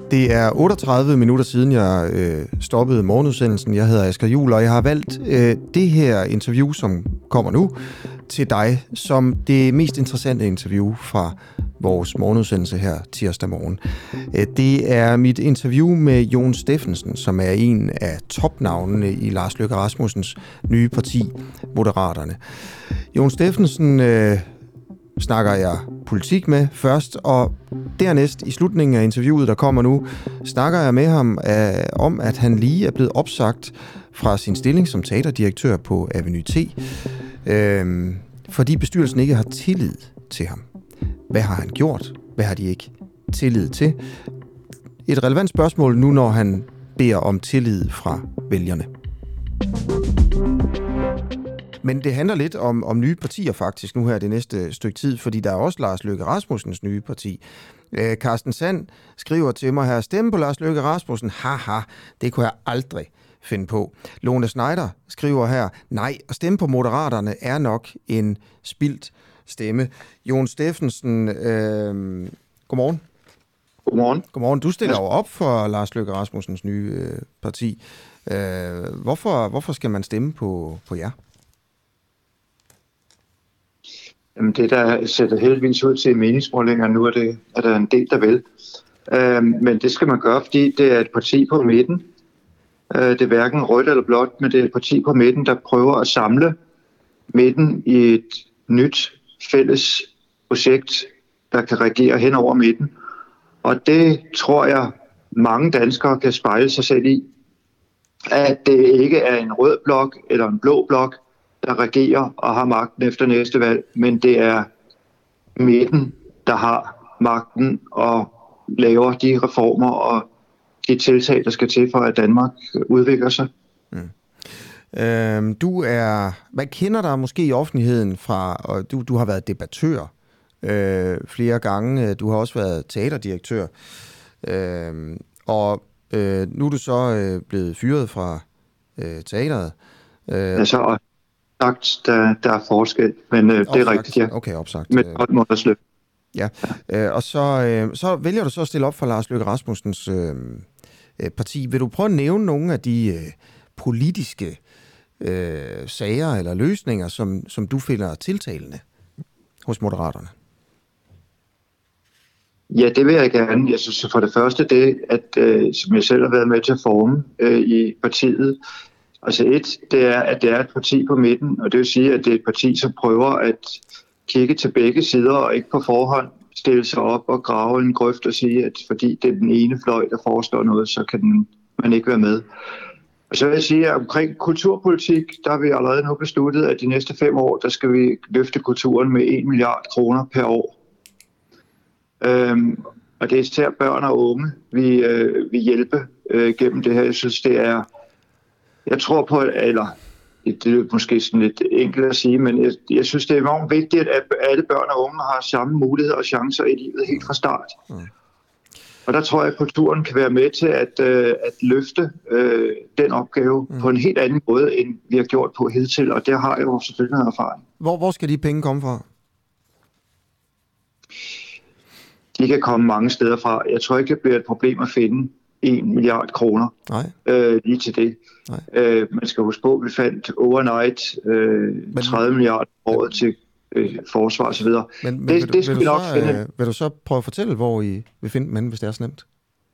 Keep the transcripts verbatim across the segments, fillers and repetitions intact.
Det er otteogtredive minutter siden, jeg øh, stoppede morgenudsendelsen. Jeg hedder Asger Juhl, og jeg har valgt øh, det her interview, som kommer nu, til dig, som det mest interessante interview fra vores morgenudsendelse her tirsdag morgen. Øh, det er mit interview med Jon Steffensen, som er en af topnavnene i Lars Løkke Rasmussens nye parti, Moderaterne. Jon Steffensen øh, snakker jeg politik med først, og dernæst i slutningen af interviewet, der kommer nu, snakker jeg med ham øh, om, at han lige er blevet opsagt fra sin stilling som teaterdirektør på Avenue T, øh, fordi bestyrelsen ikke har tillid til ham. Hvad har han gjort? Hvad har de ikke tillid til? Et relevant spørgsmål nu, når han beder om tillid fra vælgerne. Men det handler lidt om, om nye partier faktisk nu her det næste stykke tid, fordi der er også Lars Løkke Rasmussens nye parti. Øh, Carsten Sand skriver til mig her, stemme på Lars Løkke Rasmussen, haha, det kunne jeg aldrig finde på. Lone Schneider skriver her, nej, at stemme på Moderaterne er nok en spildt stemme. Jon Steffensen, øh, godmorgen. Godmorgen. Godmorgen. Du stiller jo op for Lars Løkke Rasmussens nye øh, parti. Øh, hvorfor, hvorfor skal man stemme på, på jer? Jamen det, der sætter heldigvis ud til meningsmålinger, nu er, det, er der en del, der vil. Øh, men det skal man gøre, fordi det er et parti på midten. Øh, det er hverken rødt eller blåt, men det er et parti på midten, der prøver at samle midten i et nyt fælles projekt, der kan regere hen over midten. Og det tror jeg, mange danskere kan spejle sig selv i, at det ikke er en rød blok eller en blå blok, der regerer og har magten efter næste valg, men det er midten, der har magten og laver de reformer og de tiltag, der skal til for, at Danmark udvikler sig. Mm. Øhm, du er, hvad kender dig måske i offentligheden fra, og du, du har været debattør øh, flere gange, du har også været teaterdirektør, øh, og øh, nu er du så øh, blevet fyret fra øh, teateret. Øh, altså, sagt, der, der er forskel, men øh, det er rigtigt, ja. Okay, opsagt. Med tolv måneders løb. Ja, øh, og så, øh, så vælger du så at stille op for Lars Løkke Rasmussens øh, parti. Vil du prøve at nævne nogle af de øh, politiske øh, sager eller løsninger, som, som du finder tiltalende hos Moderaterne? Ja, det vil jeg gerne. Jeg synes for det første det, at øh, som jeg selv har været med til at forme øh, i partiet. Altså et, det er, at det er et parti på midten, og det vil sige, at det er et parti, som prøver at kigge til begge sider og ikke på forhånd stille sig op og grave en grøft og sige, at fordi det er den ene fløj, der foreslår noget, så kan den, man ikke være med. Og så vil jeg sige, at omkring kulturpolitik, der har vi allerede nu besluttet, at de næste fem år, der skal vi løfte kulturen med en milliard kroner per år. Øhm, og det er især børn og unge, vi øh, vil hjælpe øh, gennem det her. Jeg synes, det er, jeg tror på, eller det er måske sådan lidt enkelt at sige, men jeg, jeg synes, det er enormt vigtigt, at alle børn og unge har samme muligheder og chancer i livet helt fra start. Mm. Og der tror jeg, at kulturen kan være med til at, øh, at løfte øh, den opgave mm. på en helt anden måde, end vi har gjort på hidtil, og der har jeg jo selvfølgelig noget erfaring. Hvor, hvor skal de penge komme fra? De kan komme mange steder fra. Jeg tror ikke, det bliver et problem at finde en milliard kroner øh, lige til det. Øh, man skal huske på, at vi fandt overnight øh, men, tredive milliarder året til øh, forsvar og så videre. Men, men det, vil, du, det skal vil, vi du nok så, finde. Øh, vil du så prøve at fortælle, hvor I vil finde dem hen, hvis det er så nemt?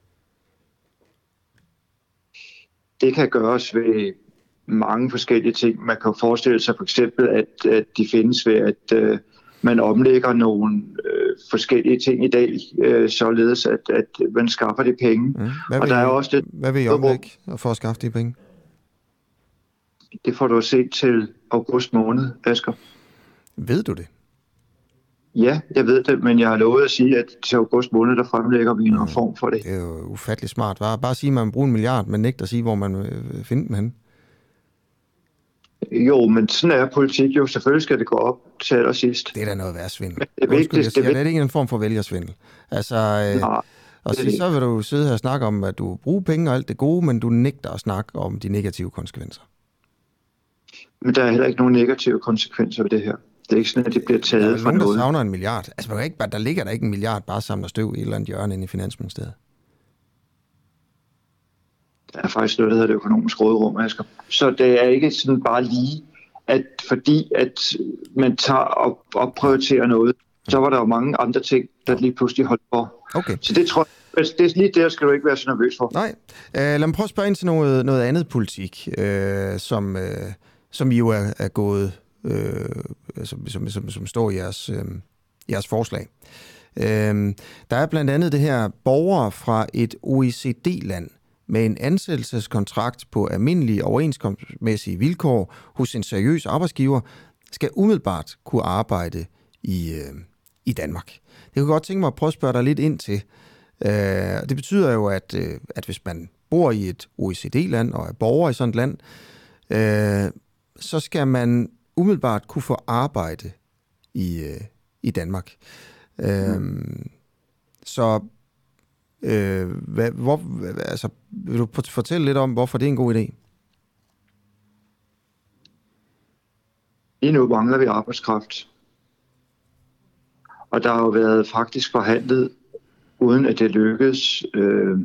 Det kan gøres ved mange forskellige ting. Man kan forestille sig for eksempel, at, at de findes ved, at øh, man omlægger nogle øh, forskellige ting i dag, øh, således at, at man skaffer de penge. Mm. Hvad, og der er også det, hvad vil I omlægge for at skaffe de penge? Det får du se til august måned, Asger. Ved du det? Ja, jeg ved det, men jeg har lovet at sige, at til august måned, der fremlægger vi en mm. form for det. Det er jo ufattelig smart. Bare, bare sige, at man bruger en milliard, men nægter at sige, hvor man vil finde den henne. Jo, men sådan er politik jo. Selvfølgelig skal det gå op til allersidst. Det er da noget værd svindel. Det er vigtigt. Det, det er ikke en form for vælgersvindel. Altså, øh, Nej, og så, så vil du sidde her og snakke om, at du bruger penge og alt det gode, men du nægter at snakke om de negative konsekvenser. Men der er heller ikke nogen negative konsekvenser ved det her. Det er ikke sådan, at det bliver taget der er fra nogen, noget. Der savner en milliard. Altså, man kan ikke, der ligger der ikke en milliard bare samler støv i et eller andet hjørne inde i Finansministeriet. Der er faktisk noget, der hedder det økonomiske råderum, Asger. Så det er ikke sådan bare lige, at fordi at man tager og, og prioriterer noget, så var der jo mange andre ting, der lige pludselig holdt for. Okay. Så det tror jeg, det er lige der, skal du ikke være så nervøs for. Nej. Uh, lad mig prøve at spørge ind til noget, noget andet politik, uh, som, uh, som I jo er, er gået, uh, som, som, som, som står i jeres, uh, jeres forslag. Uh, der er blandt andet det her borgere fra et O E C D-land med en ansættelseskontrakt på almindelige overenskomstmæssige vilkår hos en seriøs arbejdsgiver, skal umiddelbart kunne arbejde i, øh, i Danmark. Det kunne jeg godt tænke mig at prøve at spørge dig lidt ind til. Øh, det betyder jo, at, øh, at hvis man bor i et O E C D-land og er borger i sådan et land, øh, så skal man umiddelbart kunne få arbejde i, øh, i Danmark. Øh, mm. Så øh, hvad, hvor, altså, vil du fortælle lidt om, hvorfor det er en god idé? Lige nu mangler vi arbejdskraft. Og der har jo været faktisk forhandlet, uden at det lykkedes øh,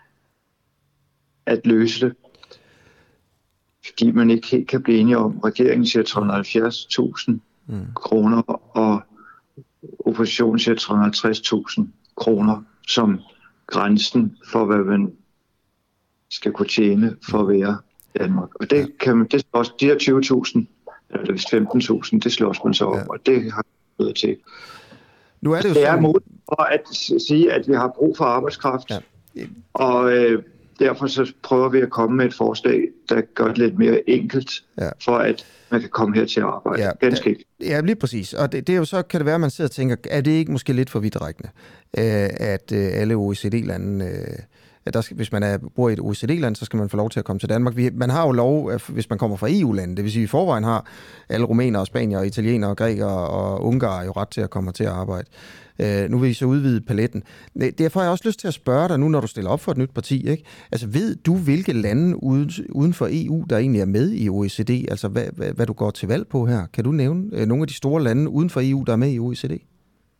at løse det. Fordi man ikke helt kan blive enige om, regeringen siger tre hundrede og halvfjerds tusind mm. kroner, og oppositionen siger tre hundrede og halvtreds tusind kroner som grænsen for, hvad man skal kunne tjene for at være i Danmark. Og det kan man, det også, de her tyve tusind, eller vist femten tusind, det slås man så om, ja. Og det har man nødt til. Nu er det jo det er sådan... muligt for at sige, at vi har brug for arbejdskraft, ja. Og øh, derfor så prøver vi at komme med et forslag, der gør det lidt mere enkelt, ja. For at man kan komme her til at arbejde. Ja, Ganske ikke. Ja, lige præcis. Og det, det er jo så, kan det være, at man sidder og tænker, er det ikke måske lidt for vidtrækkende, at alle O E C D-lande, at der skal, hvis man er, bor i et O E C D-land, så skal man få lov til at komme til Danmark. Vi, man har jo lov, hvis man kommer fra E U-lande, det vil sige, at i forvejen har alle rumænere, spanier, italienere, grækere og ungarere jo ret til at komme til at arbejde. Uh, nu vil I så udvide paletten. Derfor har jeg også lyst til at spørge dig nu, når du stiller op for et nyt parti, ikke? Altså, ved du, hvilke lande uden, uden for E U, der egentlig er med i O E C D? Altså, hvad, hvad, hvad du går til valg på her? Kan du nævne uh, nogle af de store lande uden for E U, der er med i O E C D?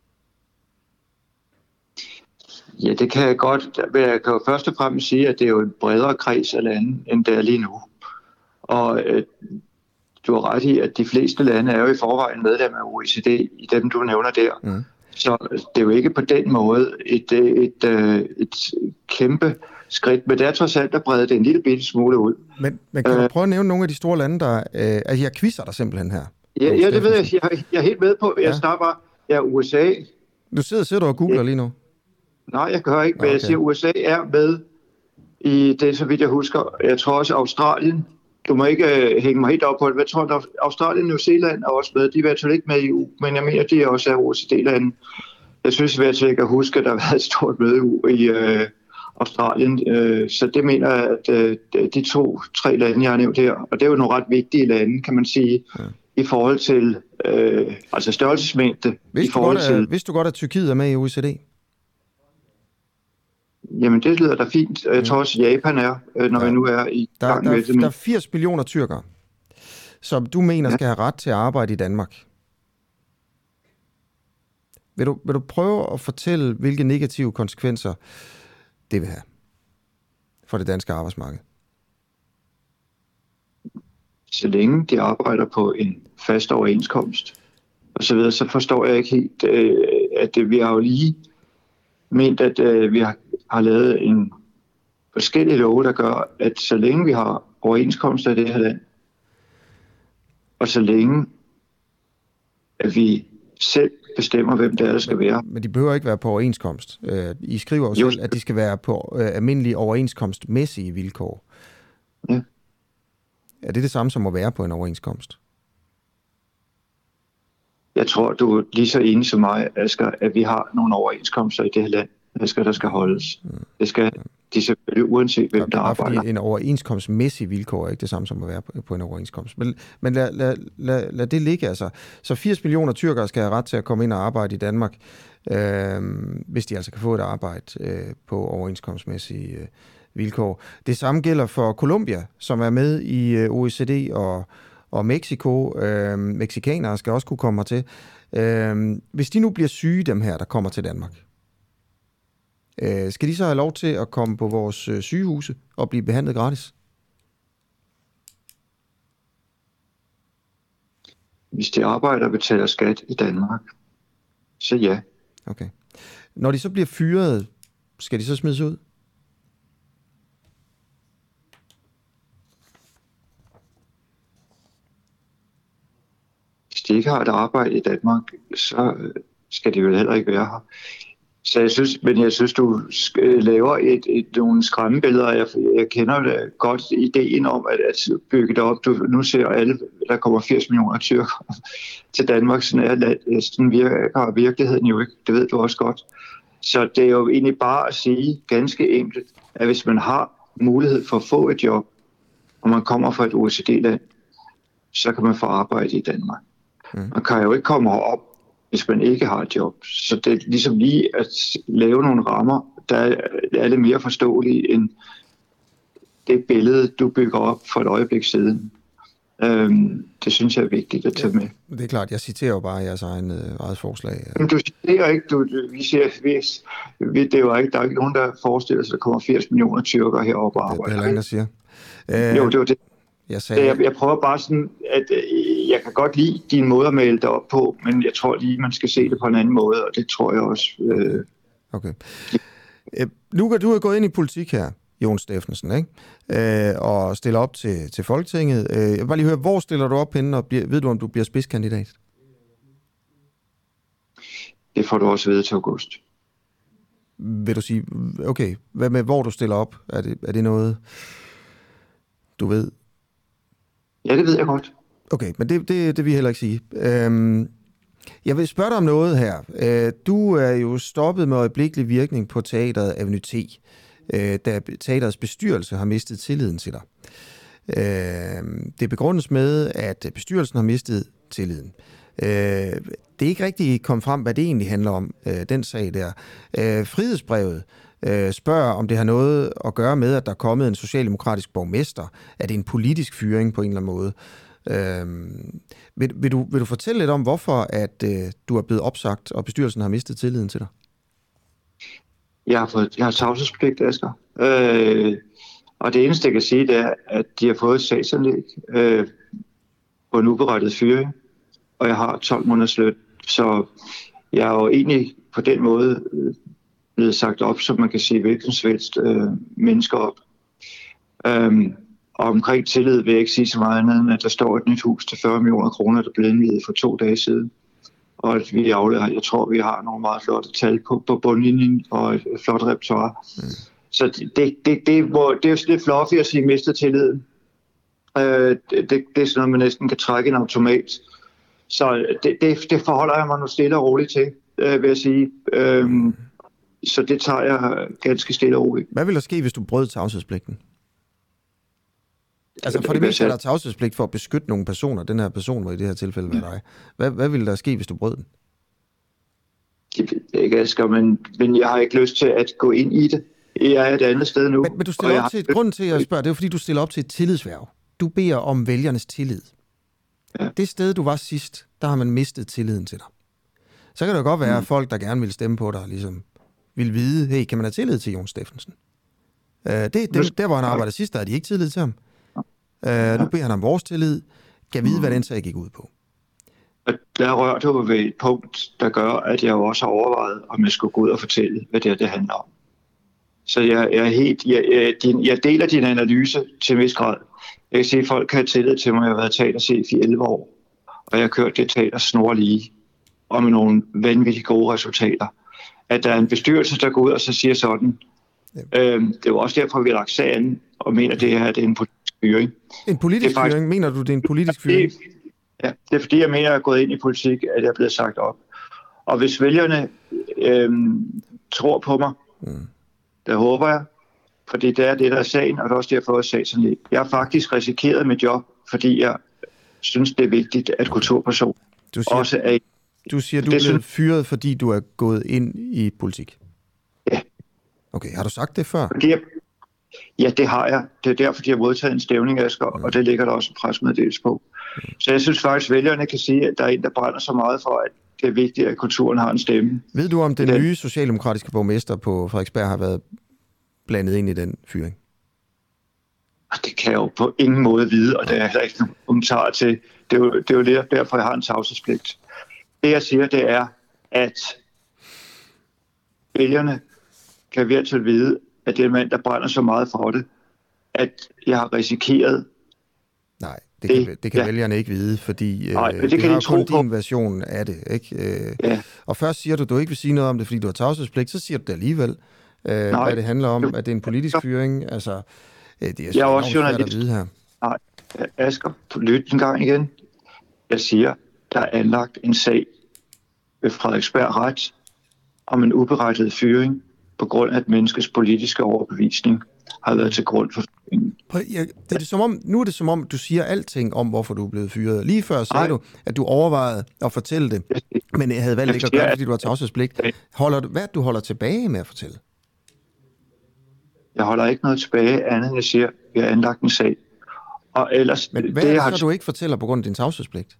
Ja, det kan jeg godt. Jeg kan jo først og fremmest sige, at det er jo en bredere kreds af lande, end det er lige nu. Og øh, du har ret i, at de fleste lande er jo i forvejen medlem af O E C D, i dem du nævner der. Mm. Så det er jo ikke på den måde et, et, et, et kæmpe skridt, men det er trods alt at brede det en lille bitte smule ud. Men, men kan du prøve at nævne nogle af de store lande, der... Øh, altså, jeg quizzer dig simpelthen her. Ja, ja det ved jeg. jeg. Jeg er helt med på. Jeg ja. starter bare... Jeg er U S A. Du sidder, sidder du og googler ja. lige nu? Nej, jeg gør ikke, men okay. Jeg siger, at U S A er med i det, så vidt jeg husker. Jeg tror også, Australien... Du må ikke uh, hænge mig helt op på det. Jeg tror, at Australien og New Zealand er også med. De er i hvert fald ikke med i E U, men jeg mener, de er også af O E C D-lande. Jeg synes i hvert fald, jeg kan huske, at der har været et stort møde i uh, Australien. Uh, så det mener jeg, at uh, de to, tre lande, jeg har nævnt her, og det er jo nogle ret vigtige lande, kan man sige, ja. I forhold til uh, altså størrelsesmængde. Vidste, i forhold du godt, til, at, vidste du godt, at Tyrkiet er med i O E C D? Jamen, det lyder da fint. Jeg tror også, Japan er, når ja. vi nu er i der, gang der, med det. Der er firs millioner tyrkere, som du mener ja. skal have ret til at arbejde i Danmark. Vil du, vil du prøve at fortælle, hvilke negative konsekvenser det vil have for det danske arbejdsmarked? Så længe de arbejder på en fast overenskomst, og så videre, så forstår jeg ikke helt, at vi har jo lige ment, at vi har, har lavet en forskellige love, der gør, at så længe vi har overenskomster i det her land, og så længe at vi selv bestemmer, hvem det er, der skal være. Men de behøver ikke være på overenskomst. I skriver jo selv, at de skal være på almindelige overenskomstmæssige vilkår. Ja. Er det det samme som at være på en overenskomst? Jeg tror, du er lige så enig som mig, Asger, at vi har nogle overenskomster i det her land, Asger, der skal holdes. Mm. Det skal de selvfølgelig, uanset hvem der arbejder. Fordi en overenskomstmæssig vilkår er ikke det samme som at være på en overenskomst. Men, men lad, lad, lad, lad det ligge, altså. Så firs millioner tyrkere skal have ret til at komme ind og arbejde i Danmark, øh, hvis de altså kan få et arbejde øh, på overenskomstmæssige øh, vilkår. Det samme gælder for Colombia, som er med i øh, O E C D, og og Mexico, øh, mexikanere skal også kunne komme hertil. Øh, hvis de nu bliver syge, dem her, der kommer til Danmark, øh, skal de så have lov til at komme på vores øh, sygehuse og blive behandlet gratis? Hvis de arbejder og betaler skat i Danmark, så ja. Okay. Når de så bliver fyret, skal de så smides ud? Hvis de ikke har et arbejde i Danmark, så skal de jo heller ikke være her. Så jeg synes, men jeg synes, du laver et, et, nogle skræmmebilleder. Jeg, jeg kender det godt ideen om at, at bygge det op. Du, nu ser alle, der kommer firs millioner tyrker til Danmark. Sådan, er, sådan virker virkeligheden jo ikke. Det ved du også godt. Så det er jo egentlig bare at sige ganske enkelt, at hvis man har mulighed for at få et job, og man kommer fra et O E C D-land, så kan man få arbejde i Danmark. Mm. Man kan jo ikke komme herop, hvis man ikke har et job. Så det er ligesom lige at lave nogle rammer, der er lidt mere forståelige end det billede, du bygger op for et øjeblik siden. Øhm, det synes jeg er vigtigt at tage med. Ja, det er klart, jeg citerer jo bare jeres egen, øh, eget forslag. Men du citerer ikke, du, vi siger, vi, vi, det er jo ikke, der er ikke nogen, der forestiller sig, at der kommer firs millioner tyrker heroppe og arbejder. Det er heller der siger. Øh, jo, det var det. Jeg, sagde... jeg, jeg prøver bare sådan, at øh, jeg kan godt lide din måde at male det op på, men jeg tror lige, man skal se det på en anden måde, og det tror jeg også. Øh... Okay. Øh, nu kan du have gået ind i politik her, Jon Steffensen, ikke? Øh, og stiller op til, til Folketinget. Øh, jeg vil bare lige høre, hvor stiller du op henne, og bliver, ved du, om du bliver spidskandidat? Det får du også ved til august. Vil du sige, okay, hvad med, hvor du stiller op? Er det, er det noget, du ved? Ja, det ved jeg godt. Okay, men det, det, det vil jeg heller ikke sige. Øhm, jeg vil spørge dig om noget her. Øh, du er jo stoppet med øjeblikkelig virkning på teateret Avenue T, øh, da teaterets bestyrelse har mistet tilliden til dig. Øh, det begrundes med, at bestyrelsen har mistet tilliden. Øh, det er ikke rigtig kommet frem, hvad det egentlig handler om, øh, den sag der. Øh, Frihedsbrevet øh, spørger, om det har noget at gøre med, at der er kommet en socialdemokratisk borgmester. Er det en politisk fyring på en eller anden måde? Øh, vil, vil, du, vil du fortælle lidt om, hvorfor at, øh, du er blevet opsagt, og bestyrelsen har mistet tilliden til dig? Jeg har, fået, jeg har tavshedspligt, Asger. Øh, og det eneste, jeg kan sige, det er, at de har fået et sagsanlæg øh, på en uberettiget fyring, og jeg har tolv måneders løn. Så jeg er jo egentlig på den måde blevet sagt op, så man kan sige hvilken svensk øh, mennesker op. Øhm, og omkring tillid vil jeg ikke sige så meget andet, end at der står et nyt hus til fyrre millioner kroner, der blev indviet for to dage siden. Og at vi afleverer, jeg tror, vi har nogle meget flotte tal på, på bundlinjen og et flot repertoire. Mm. Så det, det, det, det, hvor, det er jo lidt fluffy at sige mistet tilliden. Øh, det, det, det er sådan noget, man næsten kan trække en automat. Så det, det, det forholder jeg mig nu stille og roligt til, øh, vil jeg sige. Øhm, så det tager jeg ganske stille og roligt. Hvad vil der ske, hvis du brød tavshedspligten? Altså for det meste er der tavshedspligt for at beskytte nogle personer. Den her person var i det her tilfælde med dig. Hvad, hvad ville der ske, hvis du brød den? Det ved jeg ikke, Asger, men, men jeg har ikke lyst til at gå ind i det. Jeg er et andet sted nu. Men, men du stiller op til, har... grunden til, at jeg spørger, det er fordi, du stiller op til et tillidshverv. Du beder om vælgernes tillid. Ja. Det sted, du var sidst, der har man mistet tilliden til dig. Så kan det godt være, at folk, der gerne vil stemme på dig, ligesom vil vide, hey, kan man have tillid til Jon Steffensen? Uh, det, det, der, hvor han arbejdede sidst, der havde de ikke tillid til ham. Uh, nu beder han om vores tillid. Kan vide, hvad den sag gik ud på. Der rører du ved et punkt, der gør, at jeg også har overvejet, om jeg skulle gå ud og fortælle, hvad det, det handler om. Så jeg, jeg, er helt, jeg, jeg, din, jeg deler din analyse til en vis grad. Jeg kan se, at folk kan have tillid til mig. Jeg har været teaterchef i elleve år, og jeg har kørt det teater snorlige, og med nogle vanvittigt gode resultater. At der er en bestyrelse, der går ud og så siger sådan, ja. øhm, det er jo også derfor, vi har lagt sagen, og mener, at det her det er en politisk fyring. En politisk faktisk, fyring? Mener du, det er en politisk fyring? Ja, det er fordi, jeg mener, at jeg er gået ind i politik, at jeg er blevet sagt op. Og hvis vælgerne øhm, tror på mig, mm. det håber jeg, fordi det er det, der er sagen, og det er også derfor, at jeg sagde jeg har faktisk risikeret mit job, fordi jeg synes, det er vigtigt, at kulturpersoner du siger, også er... Du siger, du er blevet fyret, fordi du er gået ind i politik? Ja. Okay, har du sagt det før? Fordi jeg, ja, det har jeg. Det er derfor, de har modtaget en stævning, Asger, mm. og det ligger der også en pressemeddelelse på. Mm. Så jeg synes faktisk, at vælgerne kan sige, at der er en, der brænder så meget for, at det er vigtigt, at kulturen har en stemme. Ved du, om den, den nye socialdemokratiske borgmester på Frederiksberg har været blandet ind i den fyring? Det kan jeg jo på ingen måde vide, og der er heller ikke nogen kommentarer til. Det er jo, det er jo lidt derfor, jeg har en tavshedspligt. Det, jeg siger, det er, at vælgerne kan virkelig vide, at det er en mand, der brænder så meget for det, at jeg har risikeret. Nej, det kan, det, det kan ja. vælgerne ikke vide, fordi Nej, øh, det, det kan har de kun tro din version af det. Ikke? Øh, ja. Og først siger du, at du ikke vil sige noget om det, fordi du har tavshedspligt, så siger du det alligevel, øh, hvad det handler om, at det er en politisk fyring. Altså, øh, det er, jeg er også journalist. At vide her. Nej, Asger, lyt en gang igen. Jeg siger, der er anlagt en sag ved Frederiksberg Ret om en uberettiget fyring på grund af et menneskes politiske overbevisning har været til grund for fyringen. Ja, det er det som om, nu er det som om, du siger alting om, hvorfor du er blevet fyret. Lige før sagde Nej. du, at du overvejede at fortælle det, men jeg havde valgt ikke at gøre det, fordi du har tavshedspligt. Holder du, hvad du holder tilbage med at fortælle? Jeg holder ikke noget tilbage, andet end jeg siger, at vi har anlagt en sag. Og ellers, men hvad det, er det så, har... du ikke fortæller på grund af din tavshedspligt?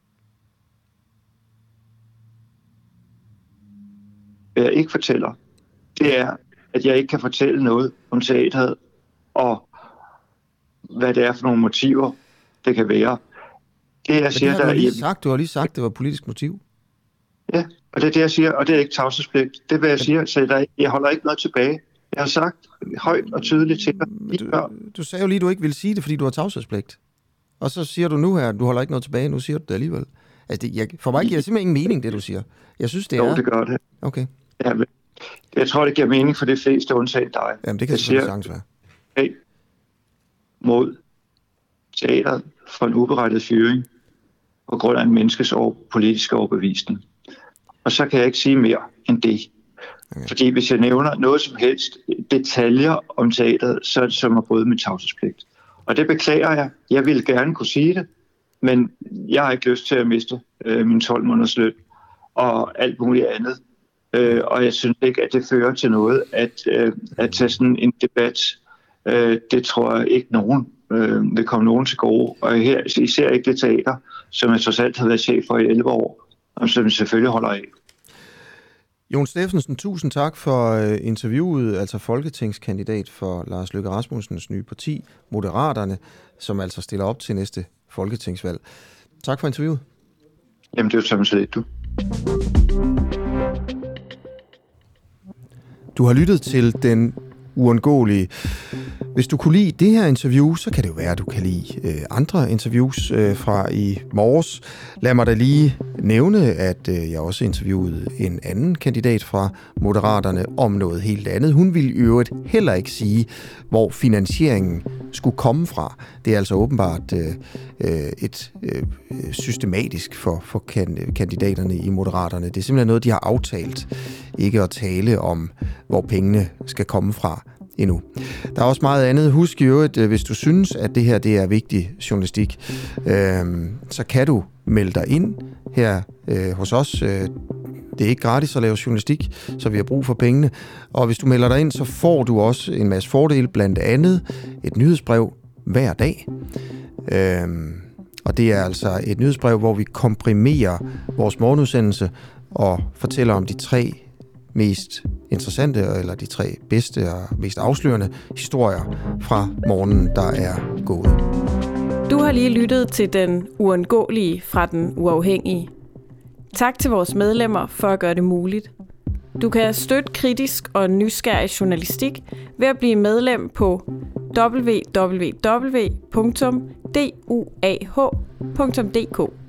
Hvad jeg ikke fortæller, det er, at jeg ikke kan fortælle noget om teateret, og hvad det er for nogle motiver, det kan være. Det, jeg men siger, det har der, du lige jeg... sagt. Du har lige sagt, det var politisk motiv. Ja, og det er det, jeg siger, og det er ikke tavshedspligt. Det er, hvad jeg siger, så der, jeg holder ikke noget tilbage. Jeg har sagt højt og tydeligt til dig. Du, du sagde jo lige, at du ikke ville sige det, fordi du har tavshedspligt. Og så siger du nu her, at du holder ikke noget tilbage. Nu siger du det alligevel. Altså, det, jeg, for mig giver det simpelthen ingen mening, det du siger. Jeg synes, det jo, er... Jo, det gør det. Okay. Ja, men jeg tror, det giver mening for de fleste, undtagen dig. Jamen, det kan selvfølgelig sagtens være. Hey, mod teateret for en uberettiget fyring på grund af en menneskes over, politiske overbevisning. Og så kan jeg ikke sige mere end det. Okay. Fordi hvis jeg nævner noget som helst detaljer om teateret, så er det som at bryde min tavshedspligt. Og det beklager jeg. Jeg ville gerne kunne sige det, men jeg har ikke lyst til at miste øh, min tolv måneders løn og alt muligt andet. Øh, og jeg synes ikke, at det fører til noget at, øh, at tage sådan en debat. Øh, det tror jeg ikke nogen øh, vil komme nogen til gode. Og her især ikke det teater, som jeg trods alt har været chef for i elleve år, og som jeg selvfølgelig holder af. Jon Steffensen, tusind tak for interviewet, altså folketingskandidat for Lars Løkke Rasmussens nye parti, Moderaterne, som altså stiller op til næste folketingsvalg. Tak for interviewet. Jamen, det er jo sådan set, du. Du har lyttet til Den Uundgåelige. Hvis du kunne lide det her interview, så kan det jo være, at du kan lide øh, andre interviews øh, fra i morges. Lad mig da lige nævne, at øh, jeg også interviewede en anden kandidat fra Moderaterne om noget helt andet. Hun ville i øvrigt heller ikke sige, hvor finansieringen skulle komme fra. Det er altså åbenbart øh, et øh, systematisk for, for kan, kandidaterne i Moderaterne. Det er simpelthen noget, de har aftalt, ikke at tale om, hvor pengene skal komme fra endnu. Der er også meget andet. Husk i øvrigt, hvis du synes, at det her det er vigtig journalistik, øh, så kan du melde dig ind her øh, hos os. Det er ikke gratis at lave journalistik, så vi har brug for pengene. Og hvis du melder dig ind, så får du også en masse fordele, blandt andet et nyhedsbrev hver dag. Øh, og det er altså et nyhedsbrev, hvor vi komprimerer vores morgenudsendelse og fortæller om de tre mest interessante, eller de tre bedste og mest afslørende historier fra morgenen, der er gået. Du har lige lyttet til Den Uundgåelige fra Den Uafhængige. Tak til vores medlemmer for at gøre det muligt. Du kan støtte kritisk og nysgerrig journalistik ved at blive medlem på w w w punktum d u a h punktum d k.